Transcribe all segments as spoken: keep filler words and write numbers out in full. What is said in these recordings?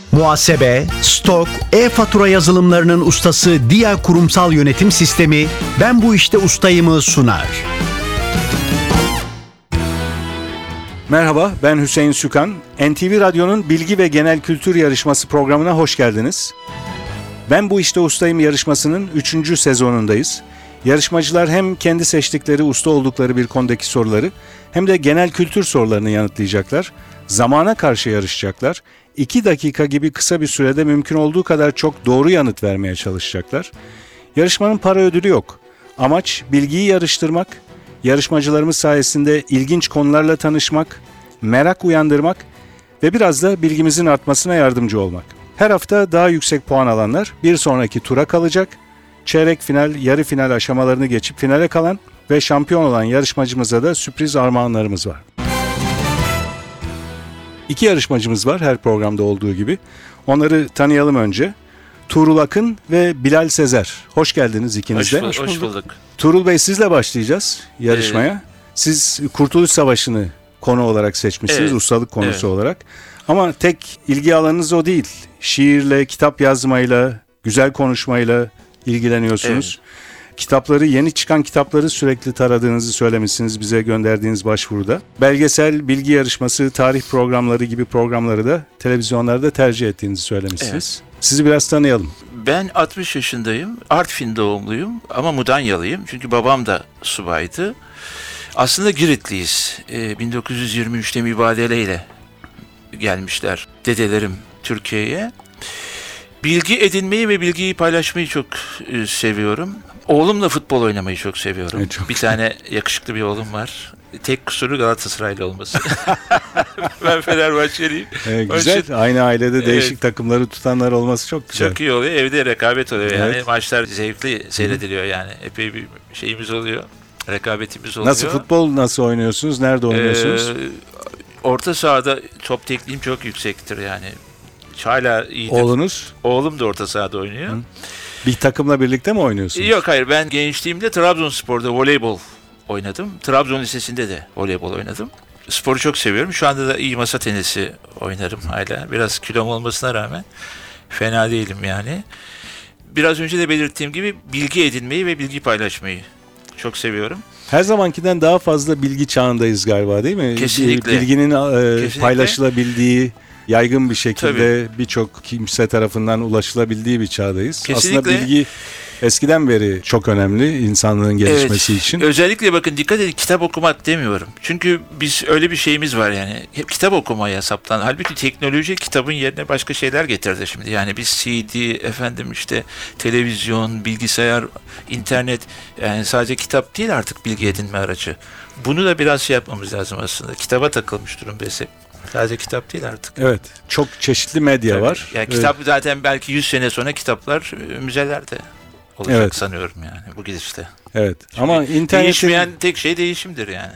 Muhasebe, stok, e-fatura yazılımlarının ustası Dia Kurumsal Yönetim Sistemi Ben Bu İşte Ustayım'ı sunar. Merhaba, ben Hüseyin Sükan. N T V Radyo'nun Bilgi ve Genel Kültür Yarışması programına hoş geldiniz. Ben Bu İşte Ustayım yarışmasının üçüncü sezonundayız. Yarışmacılar hem kendi seçtikleri, usta oldukları bir konudaki soruları hem de genel kültür sorularını yanıtlayacaklar. Zamana karşı yarışacaklar. İki dakika gibi kısa bir sürede mümkün olduğu kadar çok doğru yanıt vermeye çalışacaklar. Yarışmanın para ödülü yok. Amaç bilgiyi yarıştırmak, yarışmacılarımız sayesinde ilginç konularla tanışmak, merak uyandırmak ve biraz da bilgimizin artmasına yardımcı olmak. Her hafta daha yüksek puan alanlar bir sonraki tura kalacak. Çeyrek final, yarı final aşamalarını geçip finale kalan ve şampiyon olan yarışmacımıza da sürpriz armağanlarımız var. İki yarışmacımız var her programda olduğu gibi. Onları tanıyalım önce. Tuğrul Akın ve Bilal Sezer. Hoş geldiniz ikiniz de. Hoş, hoş bulduk. Tuğrul Bey, sizle başlayacağız yarışmaya. Ee, Siz Kurtuluş Savaşı'nı konu olarak seçmişsiniz, evet, ustalık konusu evet. olarak. Ama tek ilgi alanınız o değil. Şiirle, kitap yazmayla, güzel konuşmayla ilgileniyorsunuz. Evet. Kitapları, yeni çıkan kitapları sürekli taradığınızı söylemişsiniz bize gönderdiğiniz başvuruda. Belgesel, bilgi yarışması, tarih programları gibi programları da televizyonlarda tercih ettiğinizi söylemişsiniz. Evet. Sizi biraz tanıyalım. Ben altmış yaşındayım. Artvin doğumluyum ama Mudanyalıyım. Çünkü babam da subaydı. Aslında Giritliyiz. Ee, bin dokuz yüz yirmi üçte mübadeleyle gelmişler dedelerim Türkiye'ye. Bilgi edinmeyi ve bilgiyi paylaşmayı çok e, seviyorum. Oğlumla futbol oynamayı çok seviyorum. Evet, çok bir tane yakışıklı bir oğlum var. Tek kusuru Galatasaraylı olması. Ben Fenerbahçeliyim. Ee, güzel. Için, aynı ailede değişik evet, takımları tutanlar olması çok güzel. Çok iyi oluyor. Evde rekabet oluyor. Evet. Yani maçlar zevkli seyrediliyor yani. Epey bir şeyimiz oluyor. Rekabetimiz oluyor. Nasıl futbol nasıl oynuyorsunuz? Nerede oynuyorsunuz? Ee, orta sahada top tekniğim çok yüksektir yani. Hala iyidir. Oğlunuz? Oğlum da orta sahada oynuyor. Hı. Bir takımla birlikte mi oynuyorsunuz? Yok, hayır, ben gençliğimde Trabzonspor'da voleybol oynadım. Trabzon Lisesi'nde de voleybol oynadım. Sporu çok seviyorum. Şu anda da iyi masa tenisi oynarım hala. Biraz kilom olmasına rağmen fena değilim yani. Biraz önce de belirttiğim gibi bilgi edinmeyi ve bilgi paylaşmayı çok seviyorum. Her zamankinden daha fazla bilgi çağındayız galiba, değil mi? Kesinlikle. Bilginin e, Kesinlikle. paylaşılabildiği, yaygın bir şekilde birçok kimse tarafından ulaşılabildiği bir çağdayız. Kesinlikle. Aslında bilgi eskiden beri çok önemli insanlığın gelişmesi evet, için. Özellikle bakın dikkat edin, kitap okumak demiyorum. Çünkü biz öyle bir şeyimiz var yani. Hep kitap okumaya saplan. Halbuki teknoloji kitabın yerine başka şeyler getirdi şimdi. Yani biz C D, efendim işte televizyon, bilgisayar, internet, yani sadece kitap değil artık bilgi edinme aracı. Bunu da biraz şey yapmamız lazım aslında. Kitaba takılmış durumdayız hep. Sadece kitap değil artık. Evet. Çok çeşitli medya Tabii. var. Yani kitap evet. Zaten belki yüz sene sonra kitaplar müzelerde olacak evet. sanıyorum yani bu gidişte. Evet. Çünkü ama internetin... Değişmeyen tek şey değişimdir yani.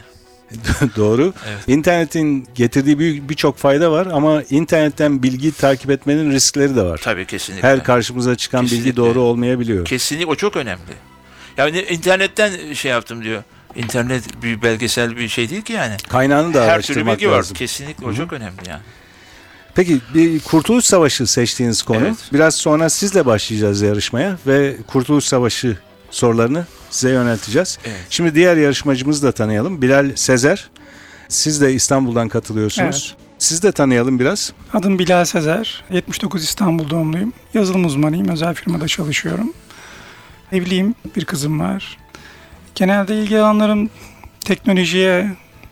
Doğru. Evet. İnternetin getirdiği birçok fayda var ama internetten bilgi takip etmenin riskleri de var. Tabii, kesinlikle. Her karşımıza çıkan kesinlikle. Bilgi doğru olmayabiliyor. Kesinlikle, o çok önemli. Yani internetten şey yaptım diyor. İnternet bir belgesel bir şey değil ki yani. Kaynağını da her araştırmak türlü bilgi lazım. Var. Kesinlikle, o Hı-hı. çok önemli yani. Peki, bir Kurtuluş Savaşı seçtiğiniz konu. Evet. Biraz sonra sizle başlayacağız yarışmaya ve Kurtuluş Savaşı sorularını size yönelteceğiz. Evet. Şimdi diğer yarışmacımızı da tanıyalım. Bilal Sezer. Siz de İstanbul'dan katılıyorsunuz. Evet. Siz de tanıyalım biraz. Adım Bilal Sezer. yetmiş dokuz İstanbul doğumluyum. Yazılım uzmanıyım. Özel firmada çalışıyorum. Evliyim. Bir kızım var. Genelde ilgi alanlarım teknolojiye,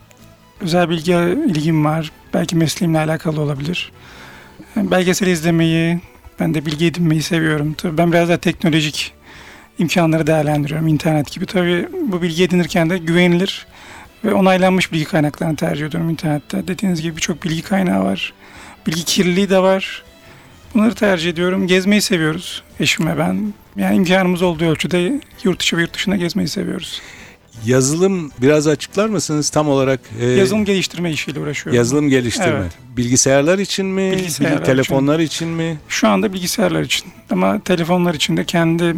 özel bilgi ilgim var. Belki mesleğimle alakalı olabilir. Belgesel izlemeyi, ben de bilgi edinmeyi seviyorum. Tabii ben biraz daha teknolojik imkanları değerlendiriyorum, internet gibi. Tabii bu bilgi edinirken de güvenilir ve onaylanmış bilgi kaynaklarını tercih ediyorum internette. Dediğiniz gibi birçok bilgi kaynağı var. Bilgi kirliliği de var. Bunları tercih ediyorum. Gezmeyi seviyoruz eşim ve ben. Yani imkanımız olduğu ölçüde yurt içi ve yurt dışında gezmeyi seviyoruz. Yazılım biraz açıklar mısınız tam olarak? E, yazılım geliştirme işiyle uğraşıyorum. Yazılım geliştirme. Evet. Bilgisayarlar için mi? Bilgisayarlar telefonlar için. için mi? Şu anda bilgisayarlar için. Ama telefonlar için de kendi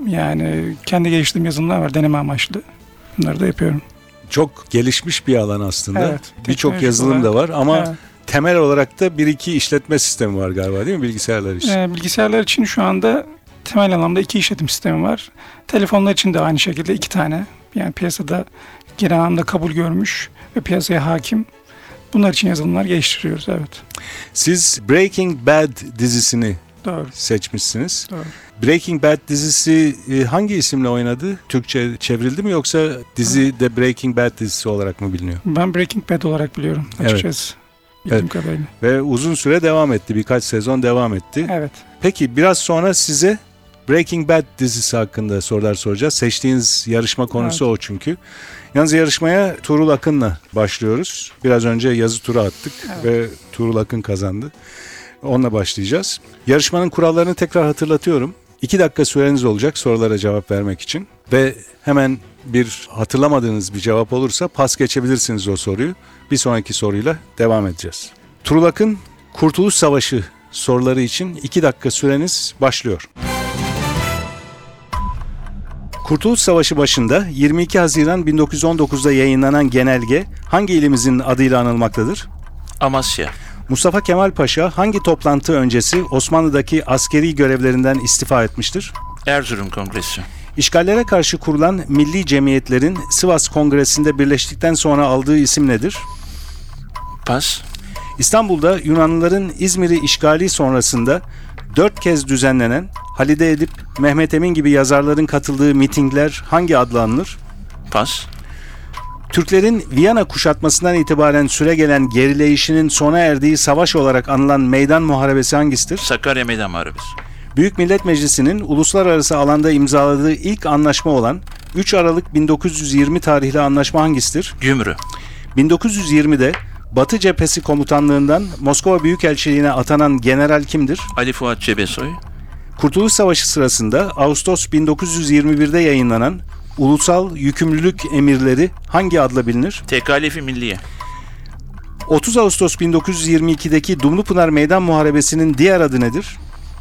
yani kendi geliştirdiğim yazılımlar var, deneme amaçlı. Bunları da yapıyorum. Çok gelişmiş bir alan aslında. Evet, birçok yazılım da var ama evet. temel olarak da bir iki işletme sistemi var galiba, değil mi bilgisayarlar için? Ee, bilgisayarlar için şu anda temel anlamda iki işletim sistemi var. Telefonlar için de aynı şekilde iki tane. Yani piyasada genel anlamda kabul görmüş ve piyasaya hakim. Bunlar için yazılımlar geliştiriyoruz, evet. Siz Breaking Bad dizisini Doğru. seçmişsiniz. Doğru. Breaking Bad dizisi e, hangi isimle oynadı? Türkçe çevrildi mi yoksa dizi de Breaking Bad dizisi olarak mı biliniyor? Ben Breaking Bad olarak biliyorum açıkçası. Bildiğim Evet. kadarıyla. Ve uzun süre devam etti. Birkaç sezon devam etti. Evet. Peki biraz sonra size Breaking Bad dizisi hakkında sorular soracağız. Seçtiğiniz yarışma konusu Evet. o çünkü. Yalnız yarışmaya Tuğrul Akın'la başlıyoruz. Biraz önce yazı tura attık Evet. ve Tuğrul Akın kazandı. Onunla başlayacağız. Yarışmanın kurallarını tekrar hatırlatıyorum. İki dakika süreniz olacak sorulara cevap vermek için. Ve hemen bir hatırlamadığınız bir cevap olursa pas geçebilirsiniz o soruyu. Bir sonraki soruyla devam edeceğiz. Tuğrul Akın, Kurtuluş Savaşı soruları için iki dakika süreniz başlıyor. Kurtuluş Savaşı başında yirmi iki Haziran bin dokuz yüz on dokuz'da yayınlanan genelge hangi ilimizin adıyla anılmaktadır? Amasya. Mustafa Kemal Paşa hangi toplantı öncesi Osmanlı'daki askeri görevlerinden istifa etmiştir? Erzurum Kongresi. İşgallere karşı kurulan milli cemiyetlerin Sivas Kongresi'nde birleştikten sonra aldığı isim nedir? Pas. İstanbul'da Yunanlıların İzmir'i işgali sonrasında dört kez düzenlenen Halide Edip, Mehmet Emin gibi yazarların katıldığı mitingler hangi adla anılır? Pas. Türklerin Viyana kuşatmasından itibaren süregelen gerileyişinin sona erdiği savaş olarak anılan meydan muharebesi hangisidir? Sakarya Meydan Muharebesi. Büyük Millet Meclisi'nin uluslararası alanda imzaladığı ilk anlaşma olan üç Aralık bin dokuz yüz yirmi tarihli anlaşma hangisidir? Gümrü. bin dokuz yüz yirmi'de Batı Cephesi Komutanlığından Moskova Büyükelçiliğine atanan general kimdir? Ali Fuat Cebesoy. Kurtuluş Savaşı sırasında Ağustos bin dokuz yüz yirmi bir'de yayınlanan Ulusal Yükümlülük Emirleri hangi adla bilinir? Tekalifi Milliye. otuz Ağustos bin dokuz yüz yirmi iki'deki Dumlupınar Meydan Muharebesi'nin diğer adı nedir?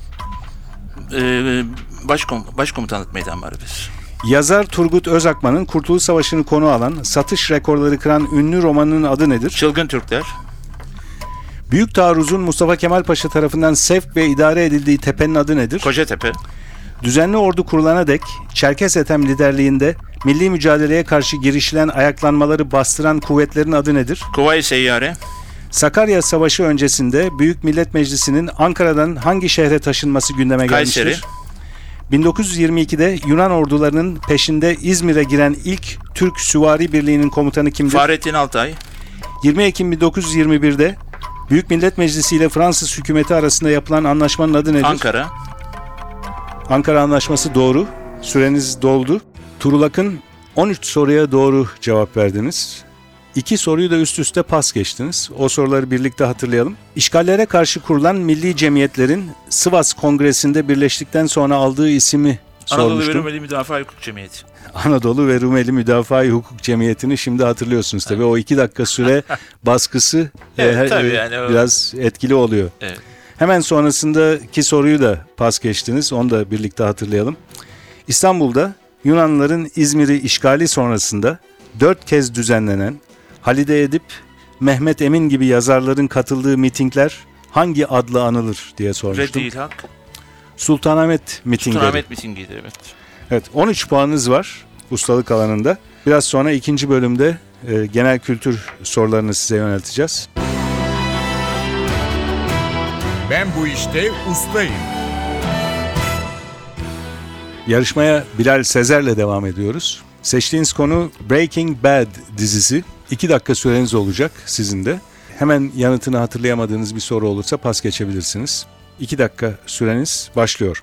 Ee, Başkom Başkomutanlık Meydan Muharebesi. Yazar Turgut Özakman'ın Kurtuluş Savaşı'nı konu alan, satış rekorları kıran ünlü romanının adı nedir? Çılgın Türkler. Büyük Taarruz'un Mustafa Kemal Paşa tarafından sevk ve idare edildiği tepenin adı nedir? Kocatepe. Düzenli ordu kurulana dek Çerkes Ethem liderliğinde milli mücadeleye karşı girişilen ayaklanmaları bastıran kuvvetlerin adı nedir? Kuvayi Seyyare. Sakarya Savaşı öncesinde Büyük Millet Meclisi'nin Ankara'dan hangi şehre taşınması gündeme gelmiştir? Kayseri. bin dokuz yüz yirmi iki'de Yunan ordularının peşinde İzmir'e giren ilk Türk Süvari Birliği'nin komutanı kimdir? Fahrettin Altay. yirmi Ekim bin dokuz yüz yirmi bir'de Büyük Millet Meclisi ile Fransız hükümeti arasında yapılan anlaşmanın adı nedir? Ankara. Ankara Anlaşması doğru. Süreniz doldu. Tuğrul Akın, on üç soruya doğru cevap verdiniz. İki soruyu da üst üste pas geçtiniz. O soruları birlikte hatırlayalım. İşgallere karşı kurulan milli cemiyetlerin Sivas Kongresi'nde birleştikten sonra aldığı ismi Anadolu ve sormuştum. Rumeli Müdafaa Hukuk Cemiyeti. Anadolu ve Rumeli Müdafaa Hukuk Cemiyeti'ni şimdi hatırlıyorsunuz tabii. O iki dakika süre baskısı Evet, e, tabii e, yani o- biraz etkili oluyor. Evet. Hemen sonrasındaki soruyu da pas geçtiniz. Onu da birlikte hatırlayalım. İstanbul'da Yunanlıların İzmir'i işgali sonrasında dört kez düzenlenen Halide Edip, Mehmet Emin gibi yazarların katıldığı mitingler hangi adla anılır diye sormuştum. Reddi İlhak. Sultanahmet mitingleri. Sultanahmet mitingiydi, evet. Evet, on üç puanınız var ustalık alanında. Biraz sonra ikinci bölümde e, genel kültür sorularını size yönelteceğiz. Ben bu işte ustayım. Yarışmaya Bilal Sezer'le devam ediyoruz. Seçtiğiniz konu Breaking Bad dizisi. İki dakika süreniz olacak sizin de. Hemen yanıtını hatırlayamadığınız bir soru olursa pas geçebilirsiniz. İki dakika süreniz başlıyor.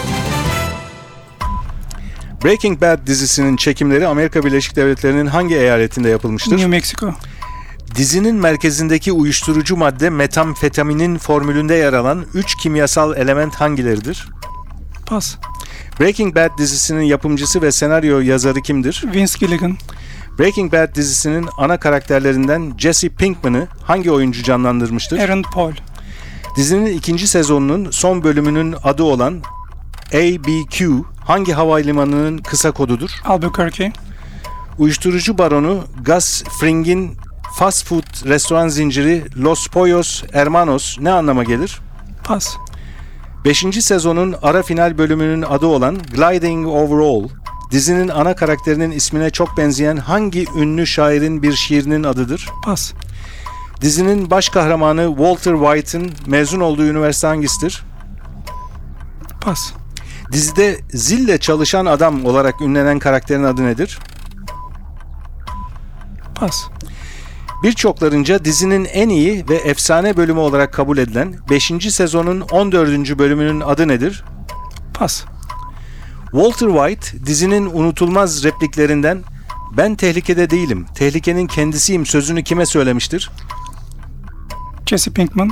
Breaking Bad dizisinin çekimleri Amerika Birleşik Devletleri'nin hangi eyaletinde yapılmıştır? New Mexico. Dizinin merkezindeki uyuşturucu madde metamfetaminin formülünde yer alan üç kimyasal element hangileridir? Pas. Breaking Bad dizisinin yapımcısı ve senaryo yazarı kimdir? Vince Gilligan. Breaking Bad dizisinin ana karakterlerinden Jesse Pinkman'ı hangi oyuncu canlandırmıştır? Aaron Paul. Dizinin ikinci sezonunun son bölümünün adı olan A B Q hangi havalimanının kısa kodudur? Albuquerque. Uyuşturucu baronu Gus Fring'in Fast food restoran zinciri Los Pollos Hermanos ne anlama gelir? Pas. beşinci sezonun ara final bölümünün adı olan Gliding Over All, dizinin ana karakterinin ismine çok benzeyen hangi ünlü şairin bir şiirinin adıdır? Pas. Dizinin baş kahramanı Walter White'ın mezun olduğu üniversite hangisidir? Pas. Dizide zille çalışan adam olarak ünlenen karakterin adı nedir? Pas. Birçoklarınca dizinin en iyi ve efsane bölümü olarak kabul edilen beşinci sezonun on dördüncü bölümünün adı nedir? Pas. Walter White dizinin unutulmaz repliklerinden "Ben tehlikede değilim, tehlikenin kendisiyim" sözünü kime söylemiştir? Jesse Pinkman.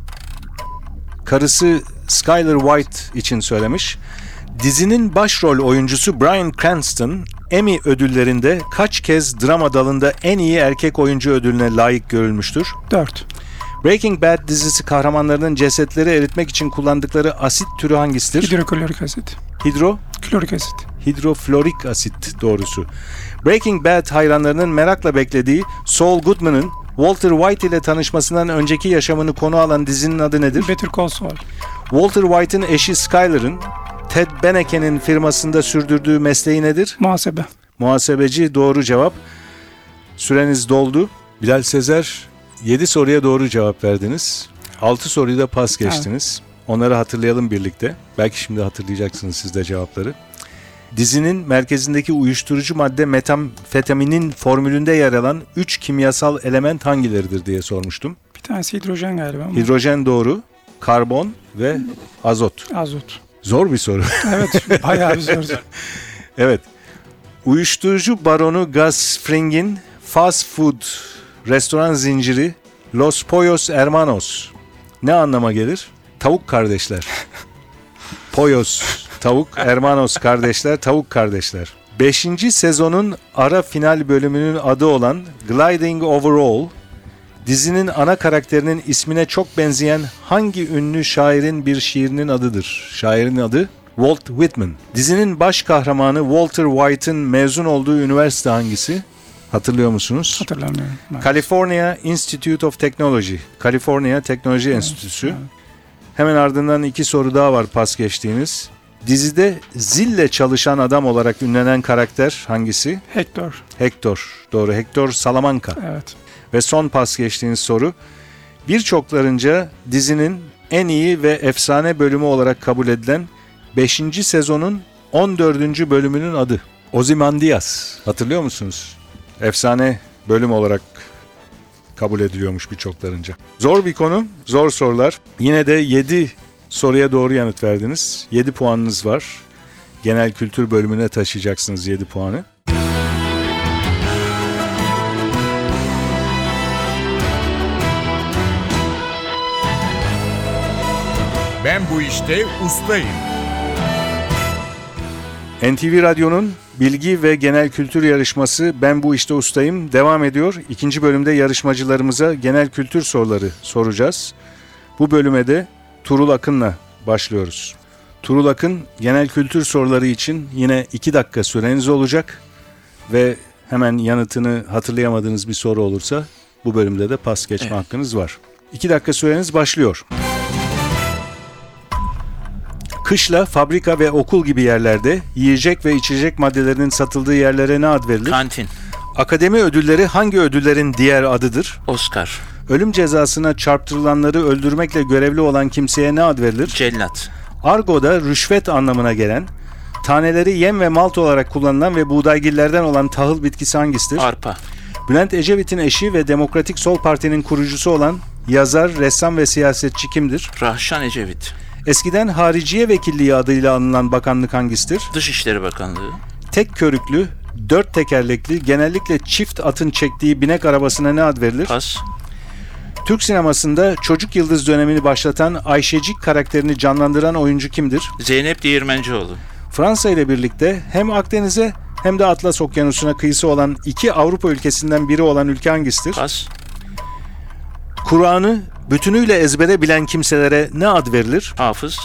Karısı Skyler White için söylemiş. Dizinin başrol oyuncusu Bryan Cranston Emmy ödüllerinde kaç kez drama dalında en iyi erkek oyuncu ödülüne layık görülmüştür? dört. Breaking Bad dizisi kahramanlarının cesetleri eritmek için kullandıkları asit türü hangisidir? Hidroklorik asit. Hidro? Klorik asit. Hidroflorik asit doğrusu. Breaking Bad hayranlarının merakla beklediği Saul Goodman'ın Walter White ile tanışmasından önceki yaşamını konu alan dizinin adı nedir? Better Call Saul. Walter White'ın eşi Skyler'ın Ted Beneke'nin firmasında sürdürdüğü mesleği nedir? Muhasebe. Muhasebeci doğru cevap. Süreniz doldu. Bilal Sezer yedi soruya doğru cevap verdiniz. altı soruyu da pas geçtiniz. Onları hatırlayalım birlikte. Belki şimdi hatırlayacaksınız siz de cevapları. Dizinin merkezindeki uyuşturucu madde metamfetaminin formülünde yer alan üç kimyasal element hangileridir diye sormuştum. Bir tanesi hidrojen galiba ama. Hidrojen doğru, karbon ve azot. Azot. Zor bir soru. Evet, bayağı bir zor. Evet. Uyuşturucu baronu Gus Fring'in fast food restoran zinciri Los Pollos Hermanos ne anlama gelir? Tavuk kardeşler. Pollos, tavuk, Hermanos kardeşler, tavuk kardeşler. Beşinci sezonun ara final bölümünün adı olan Gliding Over All, dizinin ana karakterinin ismine çok benzeyen hangi ünlü şairin bir şiirinin adıdır? Şairin adı Walt Whitman. Dizinin baş kahramanı Walter White'ın mezun olduğu üniversite hangisi? Hatırlıyor musunuz? Hatırlamıyorum. Evet. California Institute of Technology. California Teknoloji Enstitüsü. evet. Hemen ardından iki soru daha var pas geçtiğiniz. Dizide zille çalışan adam olarak ünlenen karakter hangisi? Hector. Hector. Doğru. Hector Salamanca. Evet. Ve son pas geçtiğiniz soru. Birçoklarınca dizinin en iyi ve efsane bölümü olarak kabul edilen beşinci sezonun on dördüncü bölümünün adı. Ozymandias. Hatırlıyor musunuz? Efsane bölüm olarak kabul ediliyormuş birçoklarınca. Zor bir konu, zor sorular. Yine de yedi soruya doğru yanıt verdiniz. yedi puanınız var. Genel kültür bölümüne taşıyacaksınız yedi puanı. Ben bu işte ustayım. N T V Radyo'nun bilgi ve genel kültür yarışması Ben Bu İşte Ustayım devam ediyor. İkinci bölümde yarışmacılarımıza genel kültür soruları soracağız. Bu bölüme de Tuğrul Akın'la başlıyoruz. Tuğrul Akın genel kültür soruları için yine iki dakika süreniz olacak ve hemen yanıtını hatırlayamadığınız bir soru olursa bu bölümde de pas geçme Evet. hakkınız var. iki dakika süreniz başlıyor. Kışla fabrika ve okul gibi yerlerde yiyecek ve içecek maddelerinin satıldığı yerlere ne ad verilir? Kantin. Akademi ödülleri hangi ödüllerin diğer adıdır? Oscar. Ölüm cezasına çarptırılanları öldürmekle görevli olan kimseye ne ad verilir? Cellat. Argo'da rüşvet anlamına gelen, taneleri yem ve malt olarak kullanılan ve buğdaygillerden olan tahıl bitkisi hangisidir? Arpa. Bülent Ecevit'in eşi ve Demokratik Sol Parti'nin kurucusu olan yazar, ressam ve siyasetçi kimdir? Rahşan Ecevit. Eskiden Hariciye Vekilliği adıyla anılan bakanlık hangisidir? Dışişleri Bakanlığı. Tek körüklü, dört tekerlekli, genellikle çift atın çektiği binek arabasına ne ad verilir? Pas. Türk sinemasında çocuk yıldız dönemini başlatan Ayşecik karakterini canlandıran oyuncu kimdir? Zeynep Değirmencioğlu. Fransa ile birlikte hem Akdeniz'e hem de Atlas Okyanusu'na kıyısı olan iki Avrupa ülkesinden biri olan ülke hangisidir? Pas. Kur'an'ı bütünüyle ezbere bilen kimselere ne ad verilir? Hafız.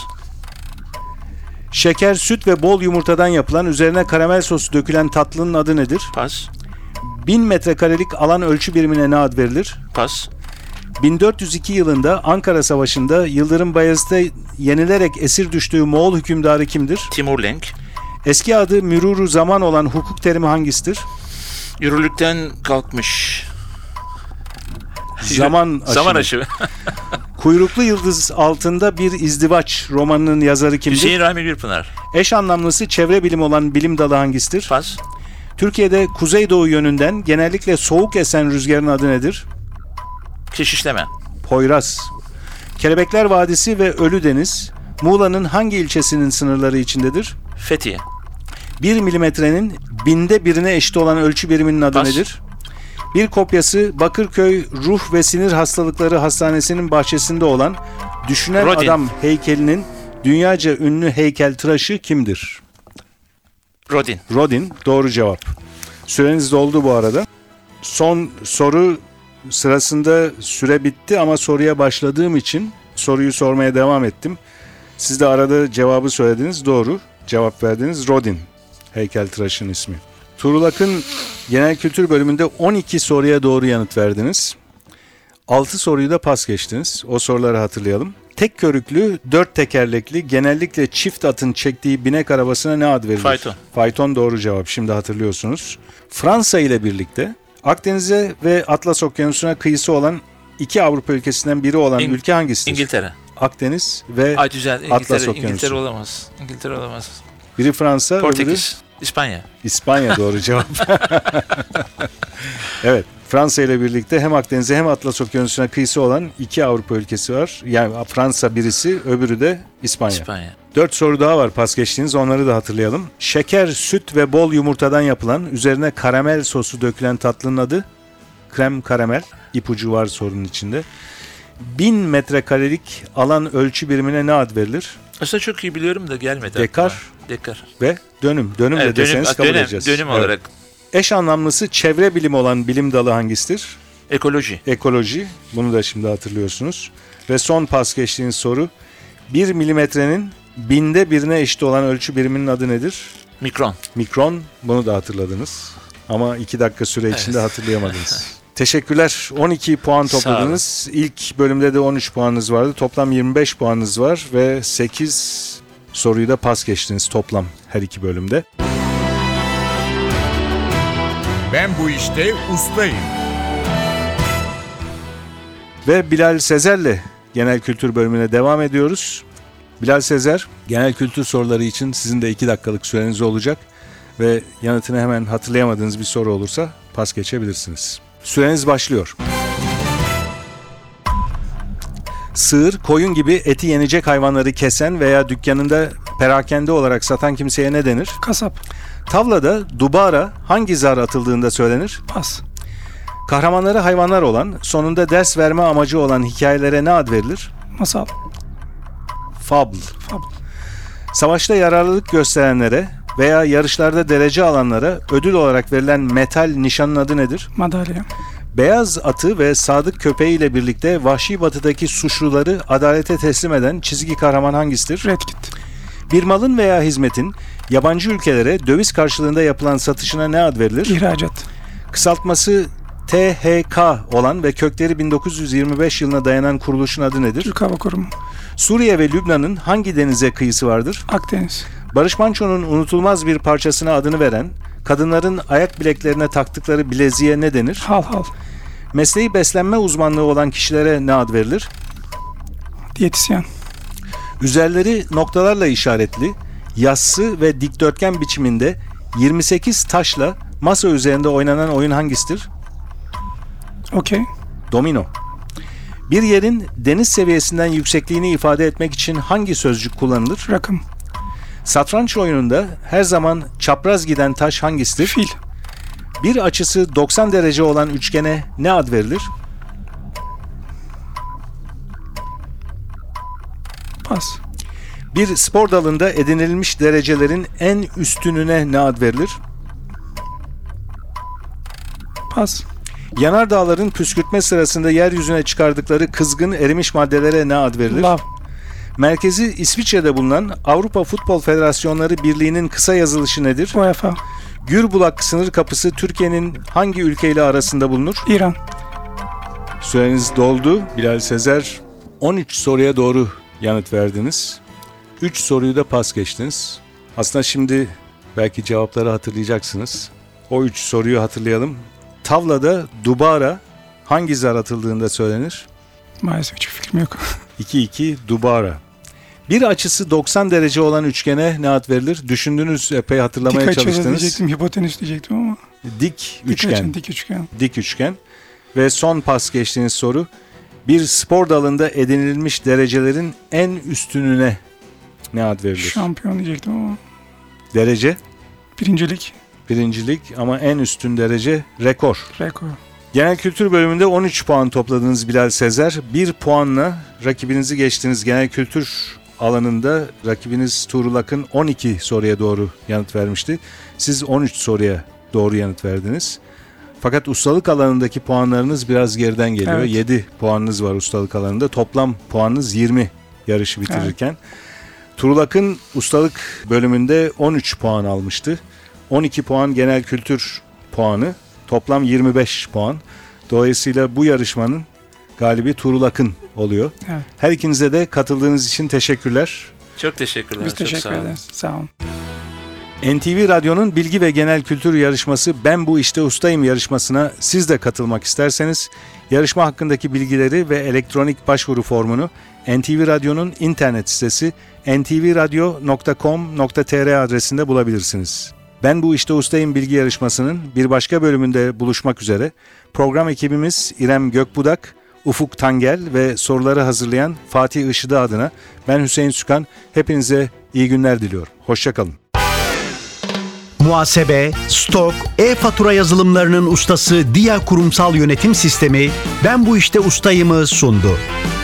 Şeker, süt ve bol yumurtadan yapılan üzerine karamel sosu dökülen tatlının adı nedir? Pas. bin metrekarelik alan ölçü birimine ne ad verilir? Pas. bin dört yüz iki yılında Ankara Savaşı'nda Yıldırım Bayezid'e yenilerek esir düştüğü Moğol hükümdarı kimdir? Timur Lenk. Eski adı mürûr-u zaman olan hukuk terimi hangisidir? Yürürlükten kalkmış. Zaman aşımı. Zaman aşımı. Kuyruklu Yıldız Altında Bir İzdivaç romanının yazarı kimdir? Hüseyin Rahmi Gürpınar. Eş anlamlısı çevre bilimi olan bilim dalı hangisidir? Pas. Türkiye'de kuzeydoğu yönünden genellikle soğuk esen rüzgarın adı nedir? Keşişleme. Poyraz. Kelebekler Vadisi ve Ölüdeniz Muğla'nın hangi ilçesinin sınırları içindedir? Fethiye. bir milimetrenin binde birine eşit olan ölçü biriminin adı Pas. nedir? Bir kopyası Bakırköy Ruh ve Sinir Hastalıkları Hastanesi'nin bahçesinde olan Düşünen Rodin. Adam heykelinin dünyaca ünlü heykeltıraşı kimdir? Rodin. Rodin. Doğru cevap. Süreniz doldu bu arada. Son soru sırasında süre bitti ama soruya başladığım için soruyu sormaya devam ettim. Siz de arada cevabı söylediniz. Doğru cevap verdiniz. Rodin. Heykeltıraşın ismi. Tuğrul Akın Genel Kültür bölümünde on iki soruya doğru yanıt verdiniz. altı soruyu da pas geçtiniz. O soruları hatırlayalım. Tek körüklü, dört tekerlekli, genellikle çift atın çektiği binek arabasına ne ad verilir? Fayton. Fayton doğru cevap. Şimdi hatırlıyorsunuz. Fransa ile birlikte Akdeniz'e ve Atlas Okyanusu'na kıyısı olan iki Avrupa ülkesinden biri olan İng- ülke hangisidir? İngiltere. Akdeniz ve Ay güzel. Atlas İngiltere, Okyanusu. İngiltere olamaz. İngiltere olamaz. biri Fransa, öbürü Portekiz. İspanya. İspanya doğru cevap. Evet. Fransa ile birlikte hem Akdeniz'e hem Atlas Okyanusu'na kıyısı olan iki Avrupa ülkesi var. Yani Fransa birisi, öbürü de İspanya. İspanya. Dört soru daha var pas geçtiğiniz, onları da hatırlayalım. Şeker, süt ve bol yumurtadan yapılan, üzerine karamel sosu dökülen tatlının adı? Krem karamel. İpucu var sorunun içinde. Bin metrekarelik alan ölçü birimine ne ad verilir? Aslında çok iyi biliyorum da gelmedi. Dekar. aklıma. Dekar. Ve dönüm. Dönüm de Evet, dönüm, deseniz kabul dönem, edeceğiz. dönüm Evet. olarak. Eş anlamlısı çevre bilimi olan bilim dalı hangisidir? Ekoloji. Ekoloji. Bunu da şimdi hatırlıyorsunuz. Ve son pas geçtiğiniz soru. Bir milimetrenin binde birine eşit olan ölçü biriminin adı nedir? Mikron. Mikron. Bunu da hatırladınız. Ama iki dakika süre içinde Evet. hatırlayamadınız. Teşekkürler. on iki puan Sağ topladınız. İlk bölümde de on üç puanınız vardı. Toplam yirmi beş puanınız var ve sekiz soruyu da pas geçtiniz toplam her iki bölümde. Ben bu işte ustayım. Ve Bilal Sezer'le genel kültür bölümüne devam ediyoruz. Bilal Sezer, genel kültür soruları için sizin de iki dakikalık süreniz olacak. Ve yanıtını hemen hatırlayamadığınız bir soru olursa pas geçebilirsiniz. Süreniz başlıyor. Sığır, koyun gibi eti yenecek hayvanları kesen veya dükkanında perakende olarak satan kimseye ne denir? Kasap. Tavlada dubara hangi zar atıldığında söylenir? Pas. Kahramanları hayvanlar olan, sonunda ders verme amacı olan hikayelere ne ad verilir? Masal. Fable. Fabl. Savaşta yararlılık gösterenlere veya yarışlarda derece alanlara ödül olarak verilen metal nişanın adı nedir? Madalya. Beyaz atı ve sadık köpeğiyle birlikte Vahşi Batı'daki suçluları adalete teslim eden çizgi kahraman hangisidir? Red Kit. Bir malın veya hizmetin yabancı ülkelere döviz karşılığında yapılan satışına ne ad verilir? İhracat. Kısaltması T H K olan ve kökleri bin dokuz yüz yirmi beş yılına dayanan kuruluşun adı nedir? Türk Hava Kurumu. Suriye ve Lübnan'ın hangi denize kıyısı vardır? Akdeniz. Barış Manço'nun unutulmaz bir parçasına adını veren, kadınların ayak bileklerine taktıkları bileziğe ne denir? Hal hal. Mesleği beslenme uzmanlığı olan kişilere ne ad verilir? Diyetisyen. Üzerleri noktalarla işaretli, yassı ve dikdörtgen biçiminde yirmi sekiz taşla masa üzerinde oynanan oyun hangisidir? Okey. Domino. Bir yerin deniz seviyesinden yüksekliğini ifade etmek için hangi sözcük kullanılır? Rakım. Satranç oyununda her zaman çapraz giden taş hangisidir? Fil. Bir açısı doksan derece olan üçgene ne ad verilir? Pas. Bir spor dalında edinilmiş derecelerin en üstününe ne ad verilir? Pas. Yanardağların püskürtme sırasında yeryüzüne çıkardıkları kızgın erimiş maddelere ne ad verilir? Lav. Merkezi İsviçre'de bulunan Avrupa Futbol Federasyonları Birliği'nin kısa yazılışı nedir? UEFA. Gürbulak sınır kapısı Türkiye'nin hangi ülkeyle arasında bulunur? İran. Süreniz doldu. Bilal Sezer, on üç soruya doğru yanıt verdiniz. üç soruyu da pas geçtiniz. Aslında şimdi belki cevapları hatırlayacaksınız. O üç soruyu hatırlayalım. Tavlada dubara hangi zar atıldığında söylenir? Maalesef hiçbir fikrim yok. iki iki dubara. Bir açısı doksan derece olan üçgene ne ad verilir? Düşündünüz, epey hatırlamaya Dik açılı çalıştınız. diyecektim, hipotenüs diyecektim ama. Dik Dik üçgen. açı, dik üçgen. Dik üçgen. Ve son pas geçtiğiniz soru. Bir spor dalında edinilmiş derecelerin en üstününe ne ad verilir? Şampiyon diyecektim ama. Derece, Birincilik, birincilik ama en üstün derece rekor. rekor. Genel kültür bölümünde on üç puan topladınız Bilal Sezer. Bir puanla rakibinizi geçtiniz. Genel kültür alanında rakibiniz Tuğrul Akın on iki soruya doğru yanıt vermişti. Siz on üç soruya doğru yanıt verdiniz. Fakat ustalık alanındaki puanlarınız biraz geriden geliyor. Evet. yedi puanınız var ustalık alanında. Toplam puanınız yirmi yarışı bitirirken. Tuğrul Akın ustalık bölümünde on üç puan almıştı. on iki puan genel kültür puanı. Toplam yirmi beş puan. Dolayısıyla bu yarışmanın galibi Tuğrul Akın oluyor. Evet. Her ikinize de katıldığınız için teşekkürler. Çok teşekkürler. Biz çok teşekkür sağ olun. ederiz. Sağ olun. N T V Radyo'nun bilgi ve genel kültür yarışması Ben Bu İşte Ustayım yarışmasına siz de katılmak isterseniz yarışma hakkındaki bilgileri ve elektronik başvuru formunu N T V Radyo'nun internet sitesi en ti vi radyo nokta com nokta t r adresinde bulabilirsiniz. Ben Bu İşte Ustayım bilgi yarışmasının bir başka bölümünde buluşmak üzere. Program ekibimiz İrem Gökbudak, Ufuk Tangel ve soruları hazırlayan Fatih Işıdı adına ben Hüseyin Sükan. Hepinize iyi günler diliyorum. Hoşçakalın. Muhasebe, stok, e-fatura yazılımlarının ustası Dia Kurumsal Yönetim Sistemi Ben Bu İşte Ustayım'ı sundu.